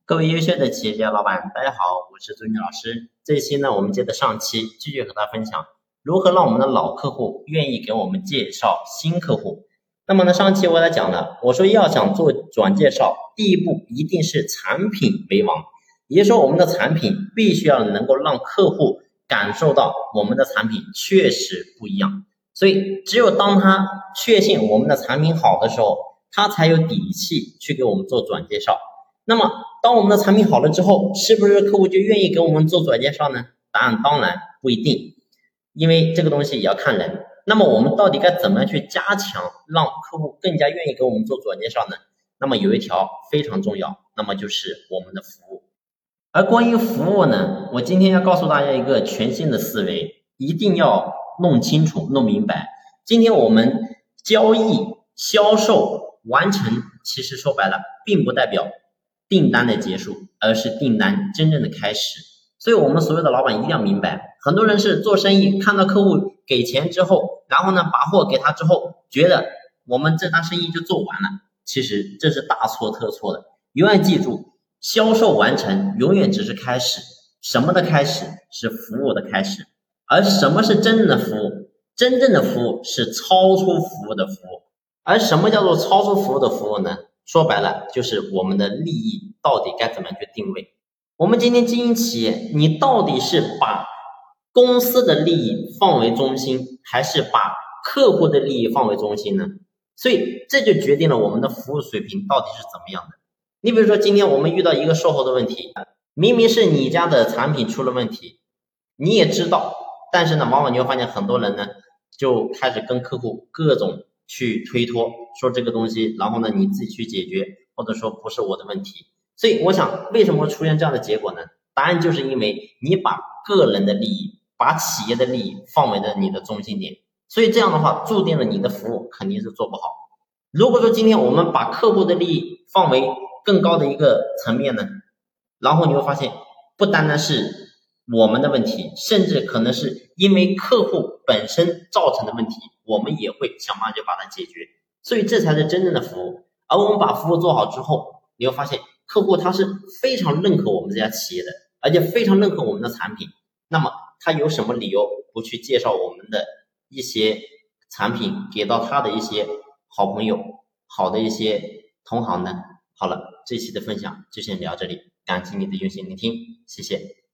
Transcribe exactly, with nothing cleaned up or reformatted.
各位优秀的企业家老板，大家好，我是朱军老师。这一期呢，我们接着上期继续和大家分享如何让我们的老客户愿意给我们介绍新客户。那么呢，上期我给大家讲了，我说要想做转介绍，第一步一定是产品为王，也就是说我们的产品必须要能够让客户感受到我们的产品确实不一样。所以只有当他确信我们的产品好的时候，他才有底气去给我们做转介绍。那么当我们的产品好了之后，是不是客户就愿意给我们做转介绍呢？答案当然不一定，因为这个东西也要看人。那么我们到底该怎么样去加强让客户更加愿意给我们做转介绍呢？那么有一条非常重要，那么就是我们的服务。而关于服务呢，我今天要告诉大家一个全新的思维，一定要弄清楚弄明白。今天我们交易销售完成，其实说白了并不代表订单的结束，而是订单真正的开始。所以我们所有的老板一定要明白，很多人是做生意看到客户给钱之后，然后呢把货给他之后，觉得我们这单生意就做完了，其实这是大错特错的。永远记住，销售完成永远只是开始。什么的开始？是服务的开始。而什么是真正的服务？真正的服务是超出服务的服务。而什么叫做超出服务的服务呢？说白了就是我们的利益到底该怎么去定位。我们今天经营企业，你到底是把公司的利益放为中心，还是把客户的利益放为中心呢？所以这就决定了我们的服务水平到底是怎么样的。你比如说今天我们遇到一个售后的问题，明明是你家的产品出了问题，你也知道，但是呢往往你会发现很多人呢就开始跟客户各种去推脱，说这个东西然后呢你自己去解决，或者说不是我的问题。所以我想为什么会出现这样的结果呢？答案就是因为你把个人的利益，把企业的利益放为了你的中心点，所以这样的话注定了你的服务肯定是做不好。如果说今天我们把客户的利益放为更高的一个层面呢，然后你会发现不单单是我们的问题，甚至可能是因为客户本身造成的问题，我们也会想办法去把它解决。所以这才是真正的服务。而我们把服务做好之后，你会发现客户他是非常认可我们这家企业的，而且非常认可我们的产品，那么他有什么理由不去介绍我们的一些产品给到他的一些好朋友，好的一些同行呢？好了，这期的分享就先聊这里，感谢你的用心聆听，谢谢。